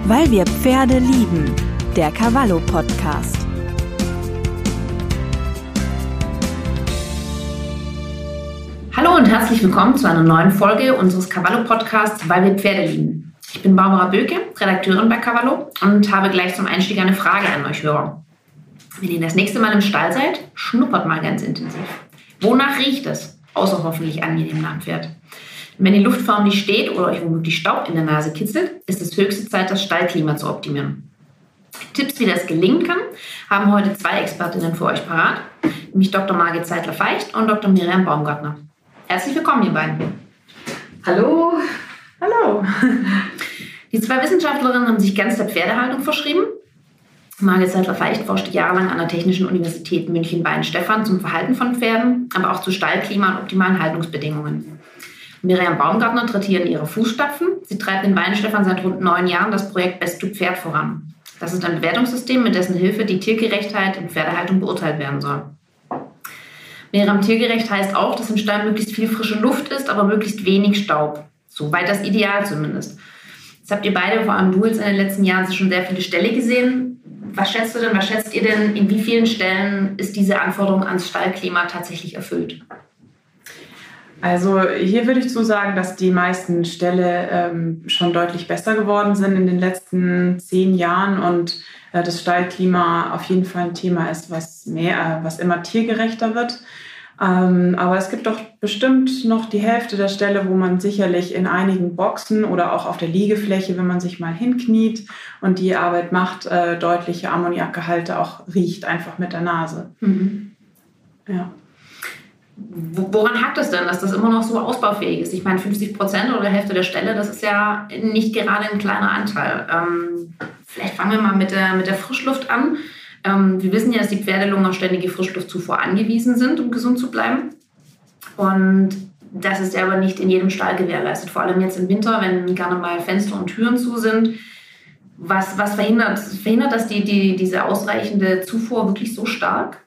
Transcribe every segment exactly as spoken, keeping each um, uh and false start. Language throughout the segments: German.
Weil wir Pferde lieben. Der Cavallo Podcast. Hallo und herzlich willkommen zu einer neuen Folge unseres Cavallo Podcasts Weil wir Pferde lieben. Ich bin Barbara Böke, Redakteurin bei Cavallo und habe gleich zum Einstieg eine Frage an euch Hörer. Wenn ihr das nächste Mal im Stall seid, schnuppert mal ganz intensiv. Wonach riecht es? Außer hoffentlich angenehm nach dem Pferd. Wenn die Luft förmlich steht oder euch womöglich Staub in der Nase kitzelt, ist es höchste Zeit, das Stallklima zu optimieren. Tipps, wie das gelingen kann, haben heute zwei Expertinnen für euch parat, nämlich Doktor Margit Zeitler-Feicht und Doktor Miriam Baumgartner. Herzlich willkommen, ihr beiden. Hallo. Hallo. Die zwei Wissenschaftlerinnen haben sich ganz der Pferdehaltung verschrieben. Margit Zeitler-Feicht forschte jahrelang an der Technischen Universität München-Weihenstephan zum Verhalten von Pferden, aber auch zu Stallklima und optimalen Haltungsbedingungen. Miriam Baumgartner tritt hier in ihre Fußstapfen. Sie treibt in Weihenstephan seit rund neun Jahren das Projekt Best to Pferd voran. Das ist ein Bewertungssystem, mit dessen Hilfe die Tiergerechtheit in Pferdehaltung beurteilt werden soll. Miriam, tiergerecht heißt auch, dass im Stall möglichst viel frische Luft ist, aber möglichst wenig Staub. Soweit das Ideal zumindest. Jetzt habt ihr beide, vor allem du jetzt in den letzten Jahren, schon sehr viele Ställe gesehen. Was schätzt du denn, was schätzt ihr denn, in wie vielen Stellen ist diese Anforderung ans Stallklima tatsächlich erfüllt? Also hier würde ich so sagen, dass die meisten Ställe ähm, schon deutlich besser geworden sind in den letzten zehn Jahren und äh, das Stallklima auf jeden Fall ein Thema ist, was mehr, äh, was immer tiergerechter wird. Ähm, aber es gibt doch bestimmt noch die Hälfte der Ställe, wo man sicherlich in einigen Boxen oder auch auf der Liegefläche, wenn man sich mal hinkniet und die Arbeit macht, äh, deutliche Ammoniakgehalte auch riecht, einfach mit der Nase. Mhm. Ja. Woran hakt es denn, dass das immer noch so ausbaufähig ist? Ich meine, fünfzig Prozent oder Hälfte der Ställe, das ist ja nicht gerade ein kleiner Anteil. Ähm, vielleicht fangen wir mal mit der, mit der Frischluft an. Ähm, wir wissen ja, dass die Pferdelungen auf ständige Frischluftzufuhr angewiesen sind, um gesund zu bleiben. Und das ist ja aber nicht in jedem Stall gewährleistet. Vor allem jetzt im Winter, wenn gerne mal Fenster und Türen zu sind. Was, was verhindert, verhindert das die, die, diese ausreichende Zufuhr wirklich so stark?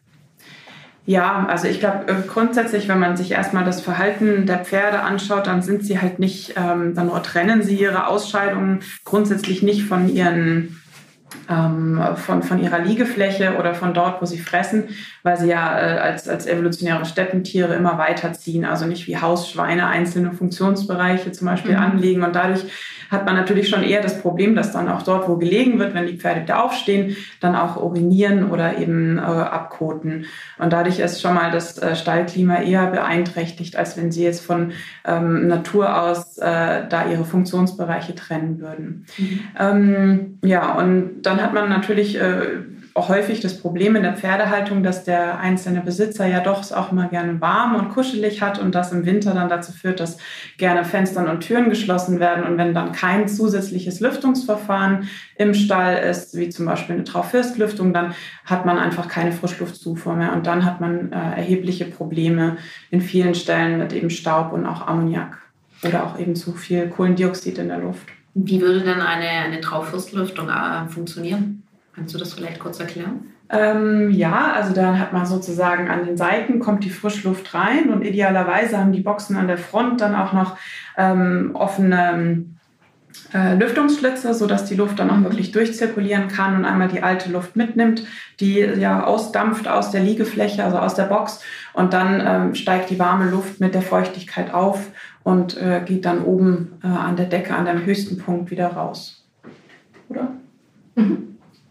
Ja, also ich glaube grundsätzlich, wenn man sich erstmal das Verhalten der Pferde anschaut, dann sind sie halt nicht, ähm, dann trennen sie ihre Ausscheidungen grundsätzlich nicht von ihren ähm, von, von ihrer Liegefläche oder von dort, wo sie fressen, weil sie ja äh, als, als evolutionäre Steppentiere immer weiterziehen, also nicht wie Hausschweine einzelne Funktionsbereiche zum Beispiel mhm. anlegen und dadurch hat man natürlich schon eher das Problem, dass dann auch dort, wo gelegen wird, wenn die Pferde wieder aufstehen, dann auch urinieren oder eben äh, abkoten. Und dadurch ist schon mal das äh, Stallklima eher beeinträchtigt, als wenn sie jetzt von ähm, Natur aus äh, da ihre Funktionsbereiche trennen würden. Mhm. Ähm, ja, und dann hat man natürlich äh, auch häufig das Problem in der Pferdehaltung, dass der einzelne Besitzer ja doch es auch immer gerne warm und kuschelig hat und das im Winter dann dazu führt, dass gerne Fenster und Türen geschlossen werden. Und wenn dann kein zusätzliches Lüftungsverfahren im Stall ist, wie zum Beispiel eine Trau-First-Lüftung, dann hat man einfach keine Frischluftzufuhr mehr. Und dann hat man äh, erhebliche Probleme in vielen Stellen mit eben Staub und auch Ammoniak oder auch eben zu viel Kohlendioxid in der Luft. Wie würde denn eine, eine Trau-First-Lüftung äh, funktionieren? Kannst du das vielleicht kurz erklären? Ähm, ja, also da hat man sozusagen an den Seiten kommt die Frischluft rein und idealerweise haben die Boxen an der Front dann auch noch ähm, offene äh, Lüftungsschlitze, sodass die Luft dann auch wirklich durchzirkulieren kann und einmal die alte Luft mitnimmt, die ja ausdampft aus der Liegefläche, also aus der Box und dann ähm, steigt die warme Luft mit der Feuchtigkeit auf und äh, geht dann oben äh, an der Decke, an dem höchsten Punkt wieder raus. Oder? Mhm.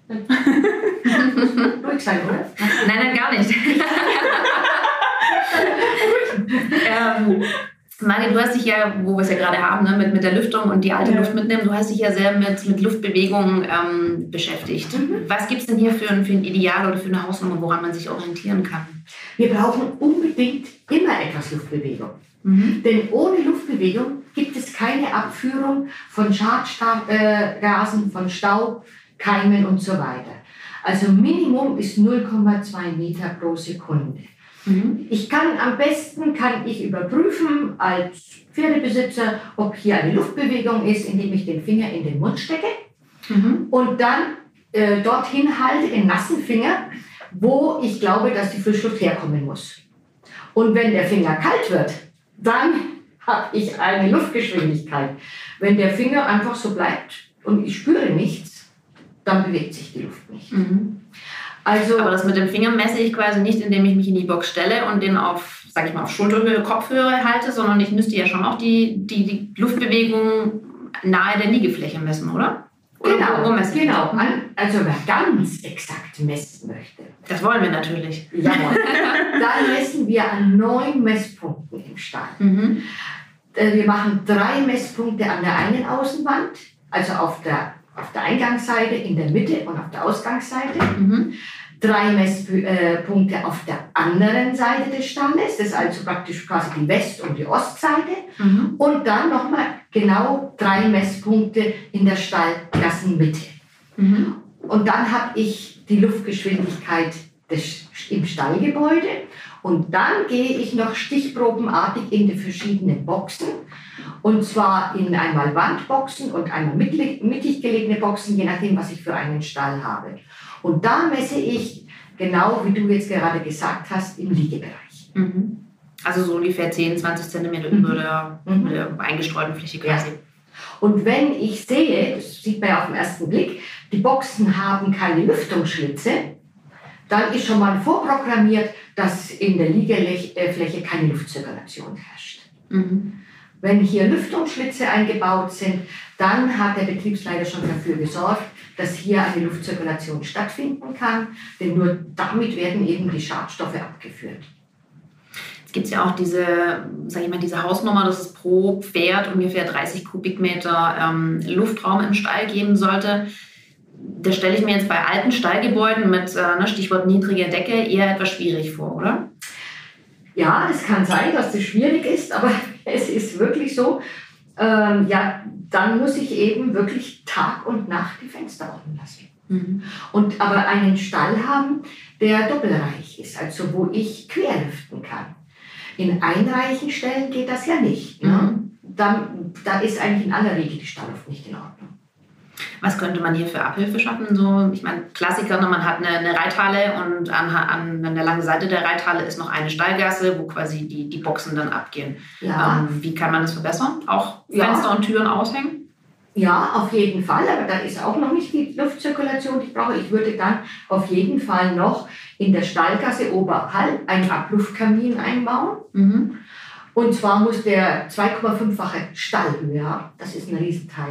Ruhig sein, oder? Nein, nein, gar nicht. ähm, Margit, du hast dich ja, wo wir es ja gerade haben, ne, mit, mit der Lüftung und die alte ja. Luft mitnehmen, du hast dich ja sehr mit, mit Luftbewegungen ähm, beschäftigt. Mhm. Was gibt es denn hier für ein, für ein Ideal oder für eine Hausnummer, woran man sich orientieren kann? Wir brauchen unbedingt immer etwas Luftbewegung. Mhm. Denn ohne Luftbewegung gibt es keine Abführung von Schadgasen, von Staub, Keimen und so weiter. Also Minimum ist null Komma zwei Meter pro Sekunde. Mhm. Ich kann am besten kann ich überprüfen als Pferdebesitzer, ob hier eine Luftbewegung ist, indem ich den Finger in den Mund stecke mhm. und dann äh, dorthin halte, den nassen Finger, wo ich glaube, dass die Frischluft herkommen muss. Und wenn der Finger kalt wird, dann habe ich eine Luftgeschwindigkeit. Wenn der Finger einfach so bleibt und ich spüre nichts, dann bewegt sich die Luft nicht. Mhm. Also, aber das mit dem Finger messe ich quasi nicht, indem ich mich in die Box stelle und den auf, sag ich mal, auf Schulterhöhe, Kopfhöhe halte, sondern ich müsste ja schon auch die, die, die Luftbewegung nahe der Liegefläche messen, oder? Oder genau, wo, wo messen genau. An, also wer ganz exakt messen möchte. Das wollen wir natürlich. Jawohl. Dann messen wir an neun Messpunkten im Stall. Mhm. Wir machen drei Messpunkte an der einen Außenwand, also auf der, auf der Eingangsseite, in der Mitte und auf der Ausgangsseite. Mhm. Drei Messpunkte auf der anderen Seite des Stalles, das ist also praktisch quasi die West- und die Ostseite. Mhm. Und dann nochmal genau drei Messpunkte in der Stallgassenmitte. Mhm. Und dann habe ich die Luftgeschwindigkeit des, im Stallgebäude. Und dann gehe ich noch stichprobenartig in die verschiedenen Boxen. Und zwar in einmal Wandboxen und einmal mittig, mittig gelegene Boxen, je nachdem, was ich für einen Stall habe. Und da messe ich, genau wie du jetzt gerade gesagt hast, im Liegebereich. Mhm. Also so ungefähr zehn, zwanzig Zentimeter Mhm. über der, Mhm. über der eingestreuten Fläche quasi. Ja. Und wenn ich sehe, das sieht man ja auf den ersten Blick, die Boxen haben keine Lüftungsschlitze, dann ist schon mal vorprogrammiert, dass in der Liegefläche keine Luftzirkulation herrscht. Mhm. Wenn hier Lüftungsschlitze eingebaut sind, dann hat der Betriebsleiter schon dafür gesorgt, dass hier eine Luftzirkulation stattfinden kann, denn nur damit werden eben die Schadstoffe abgeführt. Es gibt ja auch diese, sag ich mal, diese Hausnummer, dass es pro Pferd ungefähr dreißig Kubikmeter ähm, Luftraum im Stall geben sollte. Das stelle ich mir jetzt bei alten Stallgebäuden mit äh, ne, Stichwort niedrige Decke eher etwas schwierig vor, oder? Ja, es kann sein, dass das schwierig ist, aber es ist wirklich so, ähm, ja, dann muss ich eben wirklich Tag und Nacht die Fenster offen lassen. Mhm. Und aber einen Stall haben, der doppelreich ist, also wo ich querlüften kann. In einreichen Stellen geht das ja nicht. Ne? Mhm. Da, da ist eigentlich in aller Regel die Stallluft nicht in Ordnung. Was könnte man hier für Abhilfe schaffen? So, ich meine, Klassiker, man hat eine, eine Reithalle und an, an, an der langen Seite der Reithalle ist noch eine Stallgasse, wo quasi die, die Boxen dann abgehen. Ja. Ähm, wie kann man das verbessern? Auch Ja. Fenster und Türen aushängen? Ja, auf jeden Fall, aber da ist auch noch nicht die Luftzirkulation, die ich brauche. Ich würde dann auf jeden Fall noch in der Stallgasse oberhalb einen Abluftkamin einbauen. Mhm. Und zwar muss der zwei Komma fünffache Stallhöhe haben. Das ist ein Riesenteil.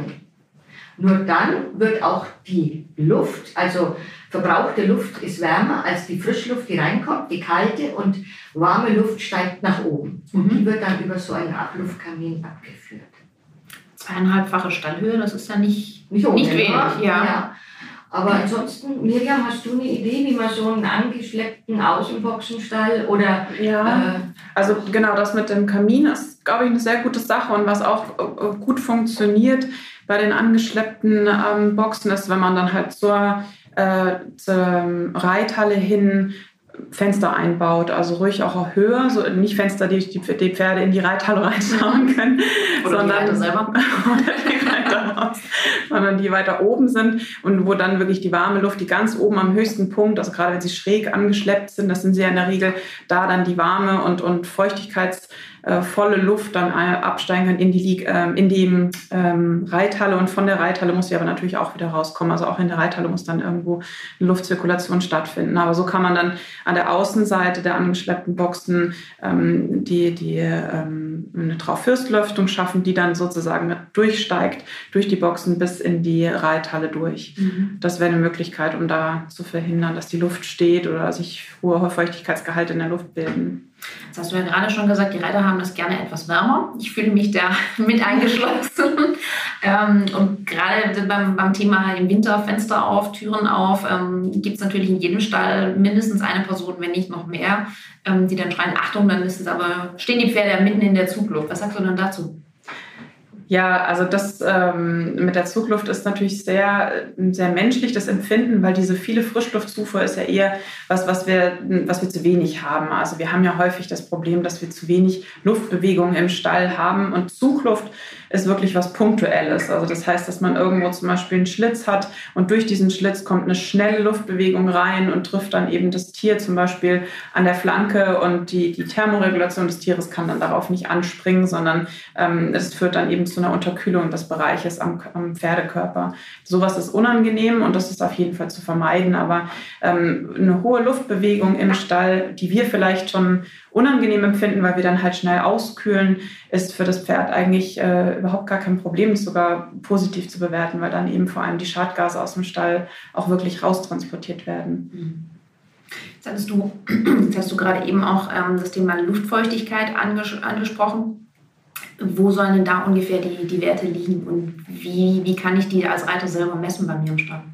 Nur dann wird auch die Luft, also verbrauchte Luft ist wärmer als die Frischluft, die reinkommt. Die kalte und warme Luft steigt nach oben. Und die wird dann über so einen Abluftkamin abgeführt. Zweieinhalbfache Stallhöhe, das ist ja nicht, Nicht, ohne, nicht wenig. oder? Ja. Ja. Aber ansonsten, Miriam, hast du eine Idee, wie man so einen angeschleppten Außenboxenstall oder... Ja, Äh, also genau das mit dem Kamin ist, glaube ich, eine sehr gute Sache. Und was auch äh, gut funktioniert bei den angeschleppten ähm, Boxen ist, wenn man dann halt zur, äh, zur Reithalle hin Fenster einbaut, also ruhig auch höher, so nicht Fenster, die die, die Pferde in die Reithalle reinschauen können, Oder sondern die Reiter selber. oder die Reiter raus, sondern die weiter oben sind und wo dann wirklich die warme Luft, die ganz oben am höchsten Punkt, also gerade wenn sie schräg angeschleppt sind, das sind sie ja in der Regel, da dann die warme und, und Feuchtigkeits äh, volle Luft dann absteigen kann in die, äh, in die ähm, Reithalle und von der Reithalle muss sie aber natürlich auch wieder rauskommen, also auch in der Reithalle muss dann irgendwo eine Luftzirkulation stattfinden, aber so kann man dann an der Außenseite der angeschleppten Boxen ähm, die, die ähm, eine Trauffürstlüftung schaffen, die dann sozusagen durchsteigt durch die Boxen bis in die Reithalle durch. Mhm. Das wäre eine Möglichkeit, um da zu verhindern, dass die Luft steht oder sich hohe Feuchtigkeitsgehalte in der Luft bilden. Das hast du ja gerade schon gesagt, die Reiter haben das gerne etwas wärmer. Ich fühle mich da mit eingeschlossen. ähm, und gerade beim, beim Thema im Winter Fenster auf, Türen auf, ähm, gibt es natürlich in jedem Stall mindestens eine Person, wenn nicht noch mehr, ähm, die dann schreien, Achtung, dann ist es aber, stehen die Pferde ja mitten in der Zugluft. Was sagst du denn dazu? Ja, also das ähm, mit der Zugluft ist natürlich sehr, sehr menschlich, das Empfinden, weil diese viele Frischluftzufuhr ist ja eher was, was wir, was wir zu wenig haben. Also wir haben ja häufig das Problem, dass wir zu wenig Luftbewegung im Stall haben und Zugluft ist wirklich was Punktuelles. Also das heißt, dass man irgendwo zum Beispiel einen Schlitz hat und durch diesen Schlitz kommt eine schnelle Luftbewegung rein und trifft dann eben das Tier zum Beispiel an der Flanke und die, die Thermoregulation des Tieres kann dann darauf nicht anspringen, sondern ähm, es führt dann eben zu zu einer Unterkühlung des Bereiches am, am Pferdekörper. Sowas ist unangenehm und das ist auf jeden Fall zu vermeiden. Aber ähm, eine hohe Luftbewegung im Stall, die wir vielleicht schon unangenehm empfinden, weil wir dann halt schnell auskühlen, ist für das Pferd eigentlich äh, überhaupt gar kein Problem, ist sogar positiv zu bewerten, weil dann eben vor allem die Schadgase aus dem Stall auch wirklich raustransportiert werden. Jetzt hattest du, jetzt hast du gerade eben auch ähm, das Thema Luftfeuchtigkeit anges- angesprochen. Wo sollen denn da ungefähr die, die Werte liegen und wie, wie kann ich die als Reiter selber messen bei mir im Stall?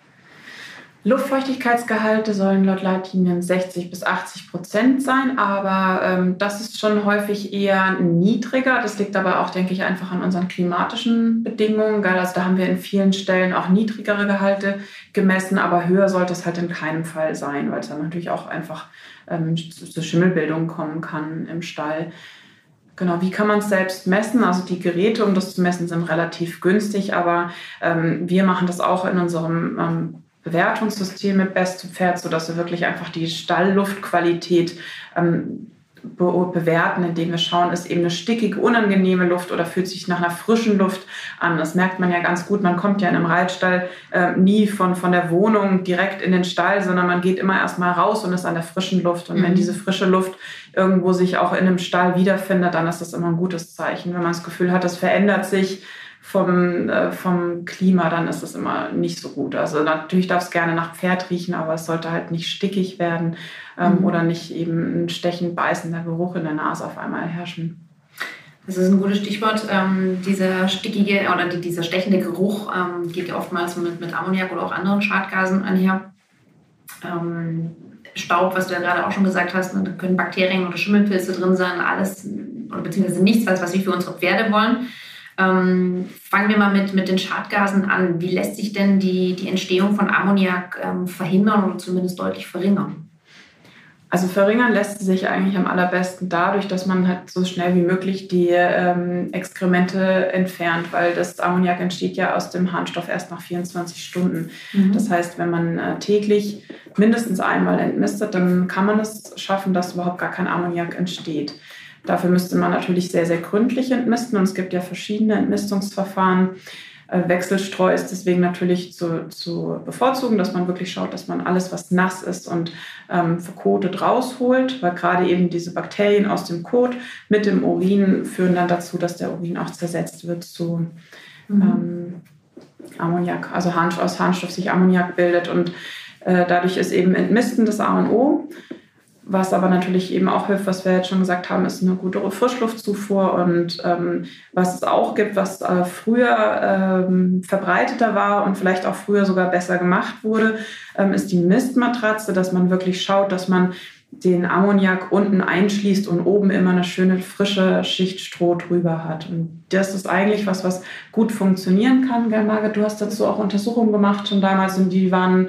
Luftfeuchtigkeitsgehalte sollen laut Leitlinien sechzig bis achtzig Prozent sein, aber ähm, das ist schon häufig eher niedriger. Das liegt aber auch, denke ich, einfach an unseren klimatischen Bedingungen. Also da haben wir in vielen Stellen auch niedrigere Gehalte gemessen, aber höher sollte es halt in keinem Fall sein, weil es dann natürlich auch einfach ähm, zu, zu Schimmelbildung kommen kann im Stall. Genau, wie kann man es selbst messen? Also die Geräte, um das zu messen, sind relativ günstig, aber ähm, wir machen das auch in unserem ähm, Bewertungssystem mit Best to Pferd, sodass wir wirklich einfach die Stallluftqualität ähm, be- bewerten, indem wir schauen, ist eben eine stickige, unangenehme Luft oder fühlt sich nach einer frischen Luft an. Das merkt man ja ganz gut. Man kommt ja in einem Reitstall äh, nie von, von der Wohnung direkt in den Stall, sondern man geht immer erst mal raus und ist an der frischen Luft. Und mhm. wenn diese frische Luft irgendwo sich auch in einem Stall wiederfindet, dann ist das immer ein gutes Zeichen. Wenn man das Gefühl hat, das verändert sich Vom, äh, vom Klima, dann ist es immer nicht so gut. Also natürlich darf es gerne nach Pferd riechen, aber es sollte halt nicht stickig werden ähm, mhm. oder nicht eben ein stechend beißender Geruch in der Nase auf einmal herrschen. Das ist ein gutes Stichwort. Ähm, dieser stickige oder die, dieser stechende Geruch ähm, geht ja oftmals mit, mit Ammoniak oder auch anderen Schadgasen einher. Ähm, Staub, was du ja gerade auch schon gesagt hast, ne, da können Bakterien oder Schimmelpilze drin sein, alles oder beziehungsweise nichts, was wir für unsere Pferde wollen. Ähm, fangen wir mal mit, mit den Schadgasen an. Wie lässt sich denn die, die Entstehung von Ammoniak ähm, verhindern oder zumindest deutlich verringern? Also verringern lässt sie sich eigentlich am allerbesten dadurch, dass man halt so schnell wie möglich die ähm, Exkremente entfernt, weil das Ammoniak entsteht ja aus dem Harnstoff erst nach vierundzwanzig Stunden. Mhm. Das heißt, wenn man äh, täglich mindestens einmal entmistet, dann kann man es schaffen, dass überhaupt gar kein Ammoniak entsteht. Dafür müsste man natürlich sehr, sehr gründlich entmisten und es gibt ja verschiedene Entmistungsverfahren. Äh, Wechselstreu ist deswegen natürlich zu, zu bevorzugen, dass man wirklich schaut, dass man alles, was nass ist und ähm, verkotet rausholt, weil gerade eben diese Bakterien aus dem Kot mit dem Urin führen dann dazu, dass der Urin auch zersetzt wird zu mhm. ähm, Ammoniak, also Harn, aus Harnstoff sich Ammoniak bildet und äh, dadurch ist eben Entmisten das A und O. Was aber natürlich eben auch hilft, was wir jetzt schon gesagt haben, ist eine gute Frischluftzufuhr. Und ähm, was es auch gibt, was äh, früher ähm, verbreiteter war und vielleicht auch früher sogar besser gemacht wurde, ähm, ist die Mistmatratze, dass man wirklich schaut, dass man den Ammoniak unten einschließt und oben immer eine schöne frische Schicht Stroh drüber hat. Und das ist eigentlich was, was gut funktionieren kann. Gell, Margit, du hast dazu auch Untersuchungen gemacht schon damals und die waren...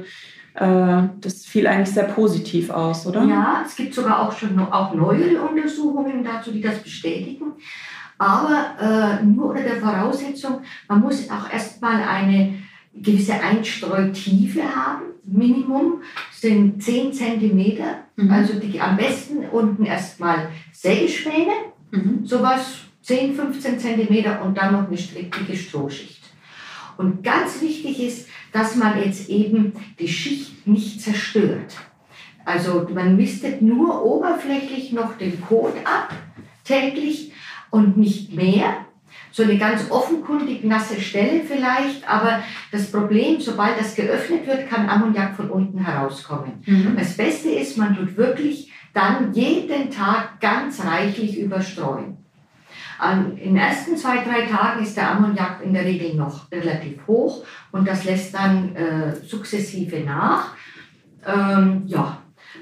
Das fiel eigentlich sehr positiv aus, oder? Ja, es gibt sogar auch schon noch, auch neuere Untersuchungen dazu, die das bestätigen. Aber äh, nur unter der Voraussetzung, man muss auch erstmal eine gewisse Einstreutiefe haben. Minimum sind zehn Zentimeter. Mhm. Also die, am besten unten erstmal Sägespäne, mhm. sowas zehn, fünfzehn Zentimeter und dann noch eine strickige Strohschicht. Und ganz wichtig ist, dass man jetzt eben die Schicht nicht zerstört. Also man mistet nur oberflächlich noch den Kot ab, täglich und nicht mehr. So eine ganz offenkundig nasse Stelle vielleicht, aber das Problem, sobald das geöffnet wird, kann Ammoniak von unten herauskommen. Mhm. Das Beste ist, man tut wirklich dann jeden Tag ganz reichlich überstreuen. In den ersten zwei, drei Tagen ist der Ammoniak in der Regel noch relativ hoch und das lässt dann äh, sukzessive nach. Ähm, ja,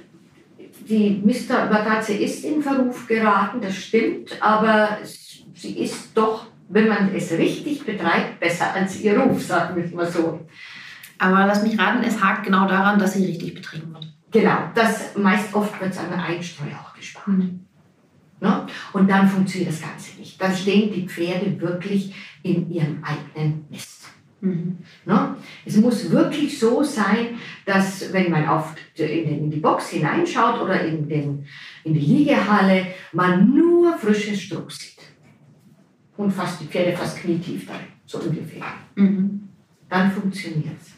die Mistmatratze ist in Verruf geraten, das stimmt, aber sie ist doch, wenn man es richtig betreibt, besser als ihr Ruf, sagen wir mal so. Aber lass mich raten, es hakt genau daran, dass sie richtig betrieben wird. Genau, das meist oft wird es an der Einstreu auch gespart. Mhm. Ne? Und dann funktioniert das Ganze nicht. Dann stehen die Pferde wirklich in ihrem eigenen Mist. Mhm. Ne? Es muss wirklich so sein, dass wenn man auf in, den, in die Box hineinschaut oder in, den, in die Liegehalle, man nur frisches Stroh sieht. und fast die Pferde fast knietief da, so ungefähr. Mhm. Dann funktioniert es.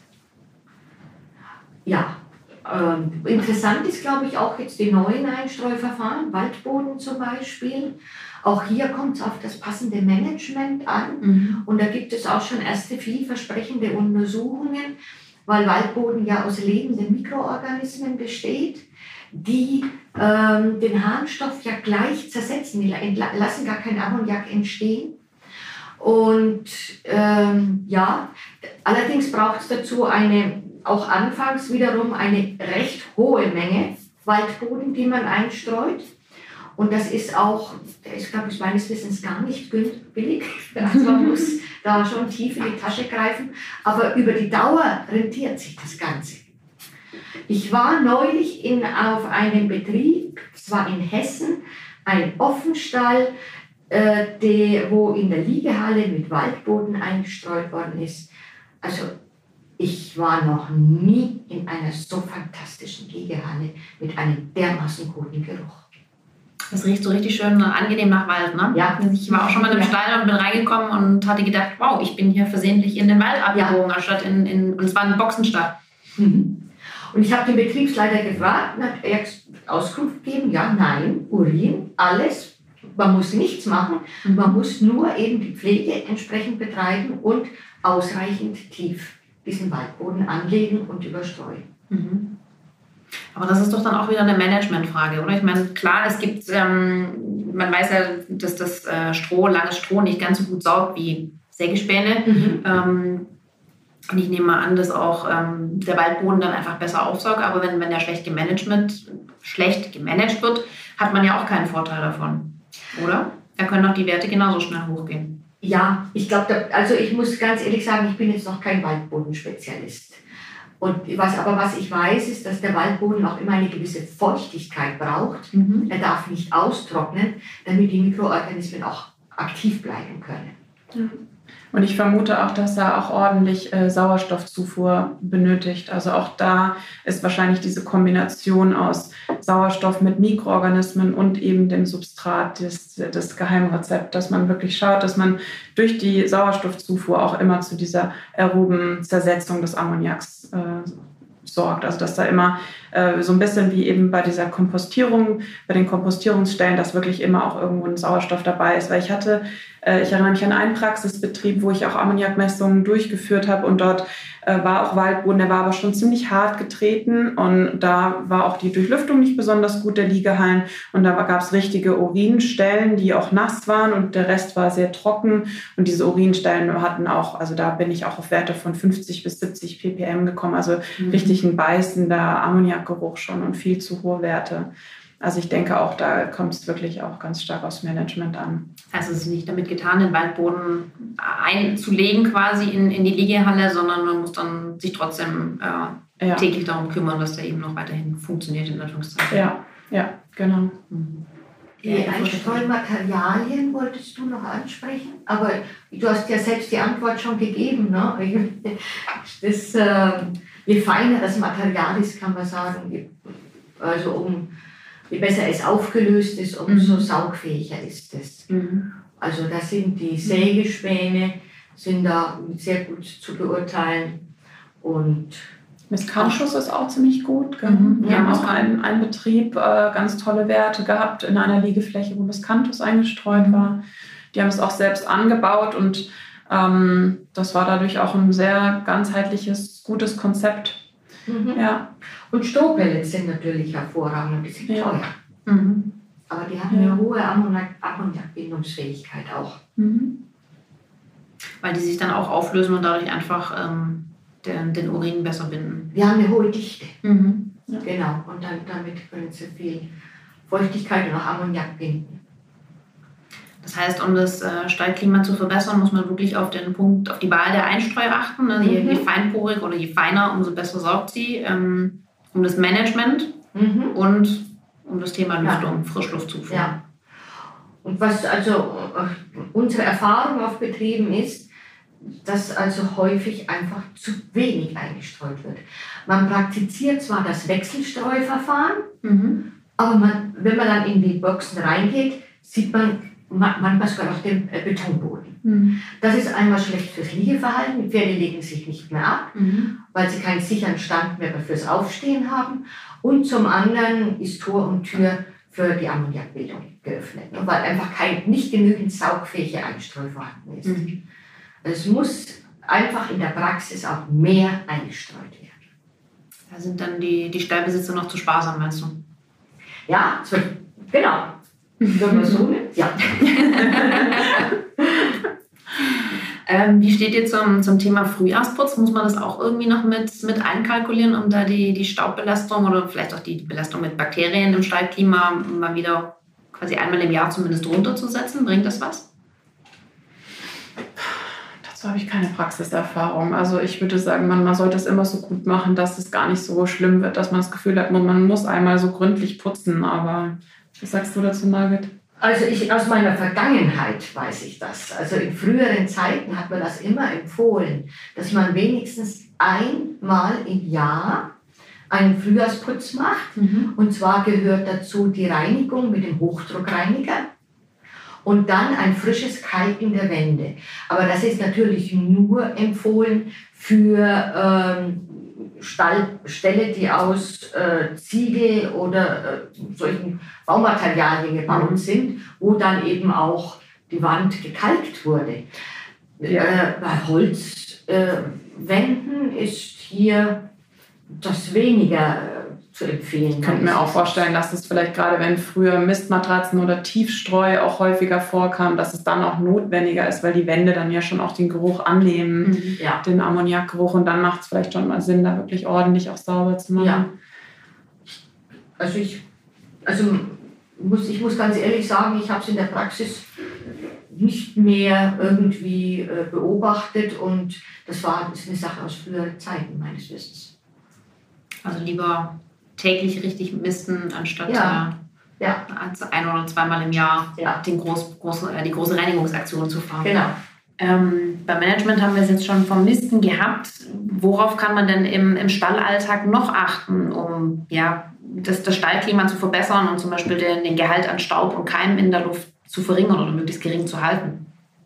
Ja, ähm, interessant ist, glaube ich, auch jetzt die neuen Einstreuverfahren, Waldboden zum Beispiel. Auch hier kommt es auf das passende Management an. Mhm. Und da gibt es auch schon erste vielversprechende Untersuchungen, weil Waldboden ja aus lebenden Mikroorganismen besteht, die ähm, den Harnstoff ja gleich zersetzen, die lassen gar kein Ammoniak entstehen. Und ähm, ja, allerdings braucht es dazu eine, auch anfangs wiederum eine recht hohe Menge Waldboden, die man einstreut. Und das ist auch, der ist, glaube ich, meines Wissens gar nicht billig. Also man muss da schon tief in die Tasche greifen. Aber über die Dauer rentiert sich das Ganze. Ich war neulich in, auf einem Betrieb, es war in Hessen, ein Offenstall, äh, der, wo in der Liegehalle mit Waldboden eingestreut worden ist. Also ich war noch nie in einer so fantastischen Liegehalle mit einem dermaßen guten Geruch. Das riecht so richtig schön angenehm nach Wald, ne? Ja. Ich war auch schon mal im Stall und bin reingekommen und hatte gedacht, wow, ich bin hier versehentlich in den Wald abgebogen, ja. anstatt in, in, und es war ein Boxenstall. Mhm. Und ich habe den Betriebsleiter gefragt und hat er Auskunft gegeben, ja, nein, Urin, alles, man muss nichts machen, mhm. man muss nur eben die Pflege entsprechend betreiben und ausreichend tief diesen Waldboden anlegen und überstreuen. Mhm. Aber das ist doch dann auch wieder eine Managementfrage, oder? Ich meine, klar, es gibt, ähm, man weiß ja, dass das äh, Stroh, langes Stroh nicht ganz so gut saugt wie Sägespäne. Mhm. Ähm, und ich nehme mal an, dass auch ähm, der Waldboden dann einfach besser aufsaugt. Aber wenn, wenn der schlecht gemanagt, schlecht gemanagt wird, hat man ja auch keinen Vorteil davon, oder? Da können auch die Werte genauso schnell hochgehen. Ja, ich glaube, also ich muss ganz ehrlich sagen, ich bin jetzt noch kein Waldbodenspezialist. Und was, aber was ich weiß, ist, dass der Waldboden auch immer eine gewisse Feuchtigkeit braucht. Mhm. Er darf nicht austrocknen, damit die Mikroorganismen auch aktiv bleiben können. Mhm. Und ich vermute auch, dass er auch ordentlich äh, Sauerstoffzufuhr benötigt. Also auch da ist wahrscheinlich diese Kombination aus Sauerstoff mit Mikroorganismen und eben dem Substrat das, das Geheimrezept, dass man wirklich schaut, dass man durch die Sauerstoffzufuhr auch immer zu dieser aeroben Zersetzung des Ammoniaks äh, sorgt. Also dass da immer äh, so ein bisschen wie eben bei dieser Kompostierung, bei den Kompostierungsstellen, dass wirklich immer auch irgendwo ein Sauerstoff dabei ist. Weil ich hatte, äh, ich erinnere mich an einen Praxisbetrieb, wo ich auch Ammoniakmessungen durchgeführt habe und dort äh, war auch Waldboden, der war aber schon ziemlich hart getreten und da war auch die Durchlüftung nicht besonders gut der Liegehallen und da gab es richtige Urinstellen, die auch nass waren und der Rest war sehr trocken und diese Urinstellen hatten auch, also da bin ich auch auf Werte von fünfzig bis siebzig ppm gekommen, also mhm. richtig ein beißender Ammoniakgeruch schon und viel zu hohe Werte. Also ich denke auch, da kommt es wirklich auch ganz stark aufs Management an. Also es ist nicht damit getan, den Waldboden einzulegen quasi in, in die Liegehalle, sondern man muss dann sich trotzdem äh, ja. täglich darum kümmern, dass der eben noch weiterhin funktioniert, in Anführungszeichen. Ja, ja, genau. Mhm. Die Einstreumaterialien wolltest du noch ansprechen, aber du hast ja selbst die Antwort schon gegeben. Ne? Das, äh, je feiner das Material ist, kann man sagen, also um je besser es aufgelöst ist, umso mhm. saugfähiger ist es. Mhm. Also da sind die Sägespäne sind da sehr gut zu beurteilen. Und Miscanthus ist auch ziemlich gut. Mhm. Wir ja, haben auch einen, einen Betrieb äh, ganz tolle Werte gehabt in einer Liegefläche, wo Miscanthus eingestreut mhm. war. Die haben es auch selbst angebaut und ähm, das war dadurch auch ein sehr ganzheitliches, gutes Konzept. Mhm. Ja. Und Strohpellets sind natürlich hervorragend, die sind ja. teuer. Mhm. Aber die haben ja. eine hohe Ammoniakbindungsfähigkeit auch. Mhm. Weil die sich dann auch auflösen und dadurch einfach ähm, den, den Urin besser binden. Die haben eine hohe Dichte. Mhm. Ja. Genau, und dann, damit können sie viel Feuchtigkeit und auch Ammoniak binden. Das heißt, um das äh, Stallklima zu verbessern, muss man wirklich auf den Punkt, auf die Wahl der Einstreu achten. Also je, mhm. je feinporig oder je feiner, umso besser sorgt sie. Ähm, um das Management mhm. und um das Thema Lüftung, ja. Frischluftzufuhr. Ja. Und was also unsere Erfahrung auf Betrieben ist, dass also häufig einfach zu wenig eingestreut wird. Man praktiziert zwar das Wechselstreuverfahren, mhm. aber man, wenn man dann in die Boxen reingeht, sieht man manchmal sogar noch den Betonboden. Mhm. Das ist einmal schlecht fürs Liegeverhalten. Die Pferde legen sich nicht mehr ab, mhm. weil sie keinen sicheren Stand mehr fürs Aufstehen haben. Und zum anderen ist Tor und Tür für die Ammoniakbildung geöffnet, weil einfach kein, nicht genügend saugfähige Einstreu vorhanden ist. Mhm. Es muss einfach in der Praxis auch mehr eingestreut werden. Da sind dann die, die Stallbesitzer noch zu sparsam, meinst du? Ja, so, genau. Wenn man so nimmt, ja. ähm, wie steht ihr zum, zum Thema Frühjahrsputz? Muss man das auch irgendwie noch mit, mit einkalkulieren, um da die, die Staubbelastung oder vielleicht auch die Belastung mit Bakterien im Stallklima mal wieder quasi einmal im Jahr zumindest runterzusetzen? Bringt das was? Dazu habe ich keine Praxiserfahrung. Also ich würde sagen, man, man sollte es immer so gut machen, dass es gar nicht so schlimm wird, dass man das Gefühl hat, man muss einmal so gründlich putzen. Aber was sagst du dazu, Margit? Also ich, aus meiner Vergangenheit weiß ich das. Also in früheren Zeiten hat man das immer empfohlen, dass man wenigstens einmal im Jahr einen Frühjahrsputz macht. Mhm. Und zwar gehört dazu die Reinigung mit dem Hochdruckreiniger und dann ein frisches Kalken der Wände. Aber das ist natürlich nur empfohlen für ähm, Stallställe, die aus äh, Ziegel oder äh, solchen Baumaterialien gebaut mhm. sind, wo dann eben auch die Wand gekalkt wurde. Ja. Äh, bei Holzwänden äh, ist hier das weniger äh, zu empfehlen. Ich könnte mir auch vorstellen, dass es vielleicht gerade, wenn früher Mistmatratzen oder Tiefstreu auch häufiger vorkam, dass es dann auch notwendiger ist, weil die Wände dann ja schon auch den Geruch annehmen, mhm. ja. den Ammoniakgeruch, und dann macht es vielleicht schon mal Sinn, da wirklich ordentlich auch sauber zu machen. Ja. Also ich, also muss, ich muss ganz ehrlich sagen, ich habe es in der Praxis nicht mehr irgendwie äh, beobachtet, und das war das ist eine Sache aus früheren Zeiten meines Wissens. Also lieber täglich richtig misten, anstatt ja. Äh, ja. ein- oder zweimal im Jahr ja. den groß, groß, äh, die große Reinigungsaktion zu fahren. Genau. Ähm, beim Management haben wir es jetzt schon vom Misten gehabt. Worauf kann man denn im, im Stallalltag noch achten, um ja, das, das Stallklima zu verbessern und zum Beispiel den, den Gehalt an Staub und Keimen in der Luft zu verringern oder möglichst gering zu halten?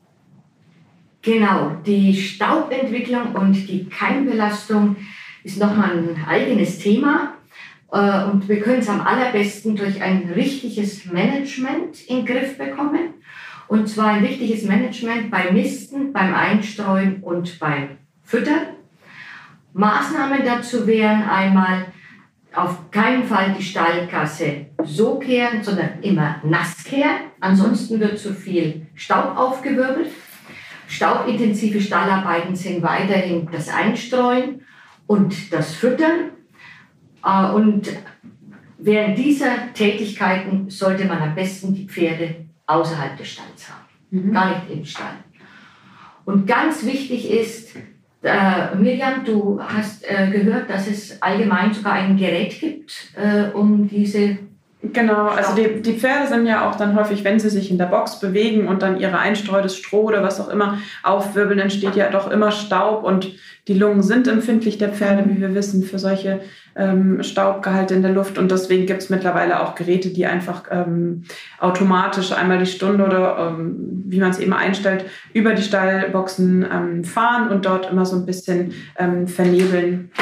Genau, die Staubentwicklung und die Keimbelastung ist nochmal ein eigenes Thema. Und wir können es am allerbesten durch ein richtiges Management in den Griff bekommen. Und zwar ein richtiges Management beim Misten, beim Einstreuen und beim Füttern. Maßnahmen dazu wären einmal auf keinen Fall die Stallgasse so kehren, sondern immer nass kehren. Ansonsten wird zu viel Staub aufgewirbelt. Staubintensive Stallarbeiten sind weiterhin das Einstreuen und das Füttern. Und während dieser Tätigkeiten sollte man am besten die Pferde außerhalb des Stalls haben, mhm. gar nicht im Stall. Und ganz wichtig ist, äh, Mirjam, du hast äh, gehört, dass es allgemein sogar ein Gerät gibt, äh, um diese... Genau, also die, die Pferde sind ja auch dann häufig, wenn sie sich in der Box bewegen und dann ihre einstreues Stroh oder was auch immer aufwirbeln, entsteht ja doch immer Staub, und die Lungen sind empfindlich der Pferde, wie wir wissen, für solche ähm, Staubgehalte in der Luft, und deswegen gibt es mittlerweile auch Geräte, die einfach ähm, automatisch einmal die Stunde oder ähm, wie man es eben einstellt, über die Stallboxen ähm, fahren und dort immer so ein bisschen ähm, vernebeln.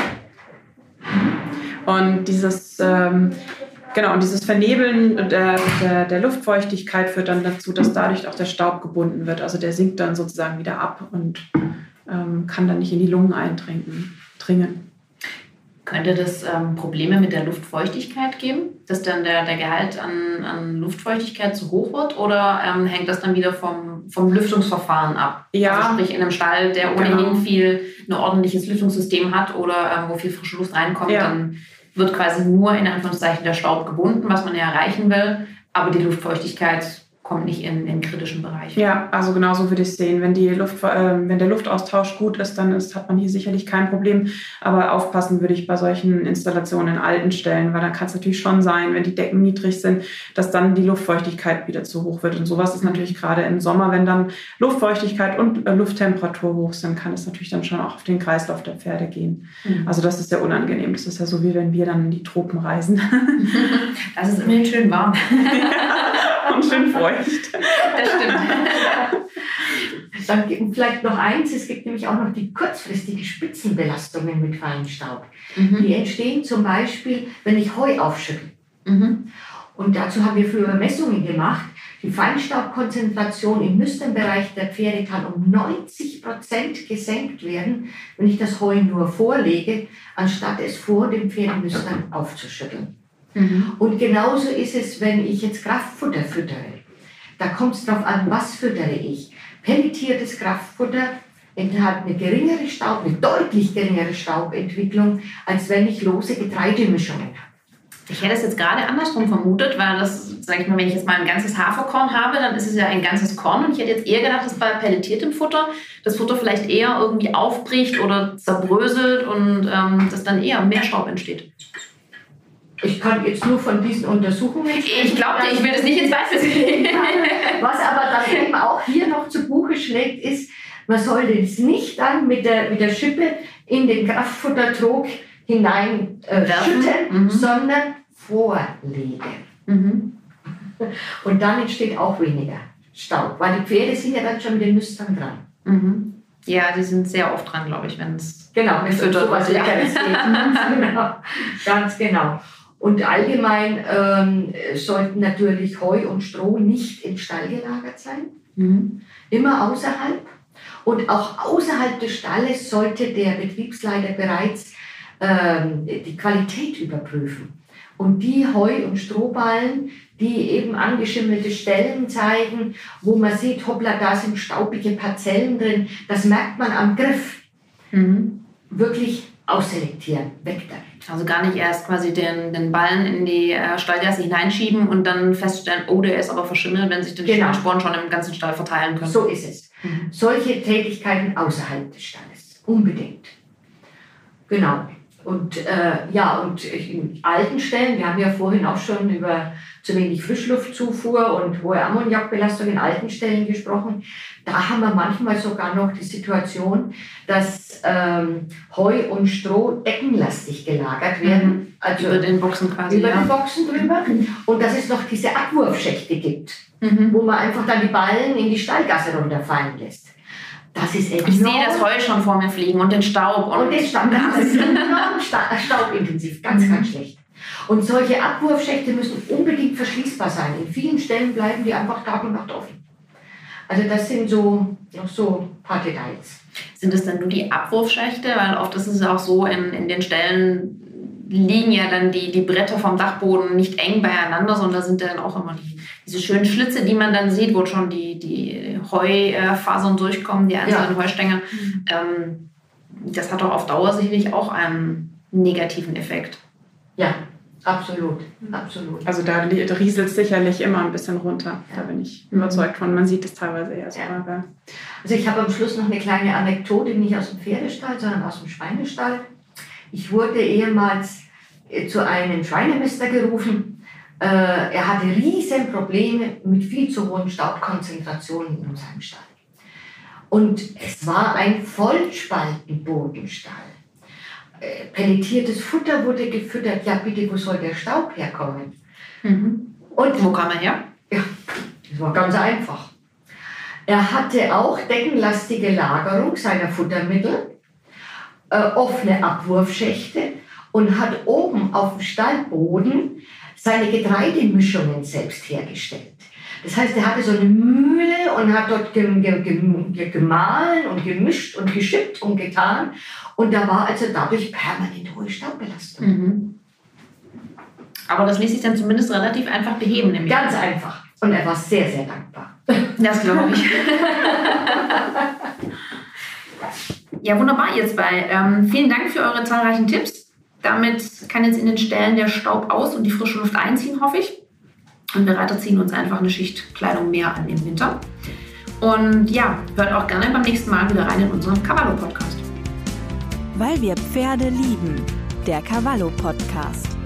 Und dieses... Ähm, Genau, und dieses Vernebeln der, der, der Luftfeuchtigkeit führt dann dazu, dass dadurch auch der Staub gebunden wird. Also der sinkt dann sozusagen wieder ab und ähm, kann dann nicht in die Lungen eindringen. Dringen. Könnte das ähm, Probleme mit der Luftfeuchtigkeit geben, dass dann der, der Gehalt an, an Luftfeuchtigkeit zu hoch wird? Oder ähm, hängt das dann wieder vom, vom Lüftungsverfahren ab? Ja. Also sprich in einem Stall, der ohnehin genau. viel ein ordentliches Lüftungssystem hat oder ähm, wo viel frische Luft reinkommt, ja. dann wird quasi nur in Anführungszeichen der Staub gebunden, was man ja erreichen will, aber die Luftfeuchtigkeit kommt nicht in den kritischen Bereich. Ja, also genauso würde ich es sehen. Wenn, die Luft, äh, wenn der Luftaustausch gut ist, dann ist, hat man hier sicherlich kein Problem. Aber aufpassen würde ich bei solchen Installationen in alten Stellen, weil dann kann es natürlich schon sein, wenn die Decken niedrig sind, dass dann die Luftfeuchtigkeit wieder zu hoch wird. Und sowas ist natürlich gerade im Sommer, wenn dann Luftfeuchtigkeit und äh, Lufttemperatur hoch sind, kann es natürlich dann schon auch auf den Kreislauf der Pferde gehen. Mhm. Also das ist ja unangenehm. Das ist ja so, wie wenn wir dann in die Tropen reisen. Das ist immerhin schön warm. Und schön feucht. Das stimmt. Dann gibt vielleicht noch eins, es gibt nämlich auch noch die kurzfristige Spitzenbelastungen mit Feinstaub. Mhm. Die entstehen zum Beispiel, wenn ich Heu aufschüttle. Mhm. Und dazu haben wir früher Messungen gemacht. Die Feinstaubkonzentration im Nüsternbereich der Pferde kann um neunzig Prozent gesenkt werden, wenn ich das Heu nur vorlege, anstatt es vor dem Pferdenüstern aufzuschütteln. Mhm. Und genauso ist es, wenn ich jetzt Kraftfutter füttere. Da kommt es darauf an, was füttere ich. Pelletiertes Kraftfutter hat eine geringere Staub, eine deutlich geringere Staubentwicklung, als wenn ich lose Getreidemischungen habe. Ich hätte es jetzt gerade andersrum vermutet, weil das, sag ich mal, wenn ich jetzt mal ein ganzes Haferkorn habe, dann ist es ja ein ganzes Korn. Und ich hätte jetzt eher gedacht, dass bei pelletiertem Futter das Futter vielleicht eher irgendwie aufbricht oder zerbröselt und ähm, dass dann eher mehr Staub entsteht. Ich kann jetzt nur von diesen Untersuchungen sprechen. Ich glaube, ich will das nicht ins Weiße sehen. Was aber dann eben auch hier noch zu Buche schlägt, ist, man sollte es nicht dann mit der, mit der Schippe in den Kraftfuttertrog hinein äh, schütten, mhm. sondern vorlegen. Mhm. Und dann entsteht auch weniger Staub, weil die Pferde sind ja dann schon mit den Nüstern dran. Mhm. Ja, die sind sehr oft dran, glaube ich, wenn es genau, gefüttert wird. Ja. Genau, ganz genau. Und allgemein ähm, sollten natürlich Heu und Stroh nicht im Stall gelagert sein, mhm. immer außerhalb. Und auch außerhalb des Stalles sollte der Betriebsleiter bereits ähm, die Qualität überprüfen. Und die Heu- und Strohballen, die eben angeschimmelte Stellen zeigen, wo man sieht, hoppla, da sind staubige Parzellen drin, das merkt man am Griff. Mhm. Wirklich ausselektieren, weg damit. Also gar nicht erst quasi den, den Ballen in die äh, Stallgasse hineinschieben und dann feststellen, oh, der ist aber verschimmelt, wenn sich die genau. Sporen schon im ganzen Stall verteilen können. So ist es. Mhm. Solche Tätigkeiten außerhalb des Stalles, unbedingt. Genau. Und äh, ja, und in alten Stellen, wir haben ja vorhin auch schon über zu wenig Frischluftzufuhr und hohe Ammoniakbelastung in alten Stellen gesprochen. Da haben wir manchmal sogar noch die Situation, dass ähm, Heu und Stroh deckenlastig gelagert werden. Mhm. Also über den Boxen quasi. Über ja. die Boxen drüber. Und dass es noch diese Abwurfschächte gibt, mhm. wo man einfach dann die Ballen in die Stallgasse runterfallen lässt. Das ist enorm. Ich sehe das Heu schon vor mir fliegen und den Staub. Und, und den Staub. Das ist enorm staubintensiv, ganz, mhm. ganz schlecht. Und solche Abwurfschächte müssen unbedingt verschließbar sein. In vielen Stellen bleiben die einfach Tag und Nacht offen. Also das sind so noch so ein paar Details. Sind das dann nur die Abwurfschächte? Weil oft ist es auch so, in, in den Stellen liegen ja dann die, die Bretter vom Dachboden nicht eng beieinander, sondern da sind dann auch immer die, diese schönen Schlitze, die man dann sieht, wo schon die, die Heufasern durchkommen, die einzelnen ja. Heustängel. Mhm. Ähm, das hat doch auf Dauer sicherlich auch einen negativen Effekt. Ja, absolut, absolut. Also da rieselt es sicherlich immer ein bisschen runter. Ja. Da bin ich überzeugt von. Man sieht es teilweise eher so. Ja. Also ich habe am Schluss noch eine kleine Anekdote, nicht aus dem Pferdestall, sondern aus dem Schweinestall. Ich wurde ehemals zu einem Schweinemister gerufen. Äh, er hatte riesen Probleme mit viel zu hohen Staubkonzentrationen in seinem Stall. Und es war ein Vollspaltenbodenstall. Äh, pelletiertes Futter wurde gefüttert. Ja, bitte, wo soll der Staub herkommen? Mhm. Und wo kam er her? Ja, das war ganz einfach. Er hatte auch deckenlastige Lagerung seiner Futtermittel, äh, offene Abwurfschächte und hat oben auf dem Stallboden seine Getreidemischungen selbst hergestellt. Das heißt, er hatte so eine Mühle und hat dort gemahlen und gemischt und geschippt und getan. Und da war also dadurch permanent hohe Staubbelastung. Mhm. Aber das ließ sich dann zumindest relativ einfach beheben. Nämlich. Ganz einfach. Und er war sehr, sehr dankbar. Das glaube ich. Ja, wunderbar, ihr zwei. Ähm, vielen Dank für eure zahlreichen Tipps. Damit kann jetzt in den Ställen der Staub aus und die frische Luft einziehen, hoffe ich. Und wir Reiter ziehen uns einfach eine Schicht Kleidung mehr an im Winter. Und ja, hört auch gerne beim nächsten Mal wieder rein in unseren Cavallo-Podcast. Weil wir Pferde lieben. Der Cavallo-Podcast.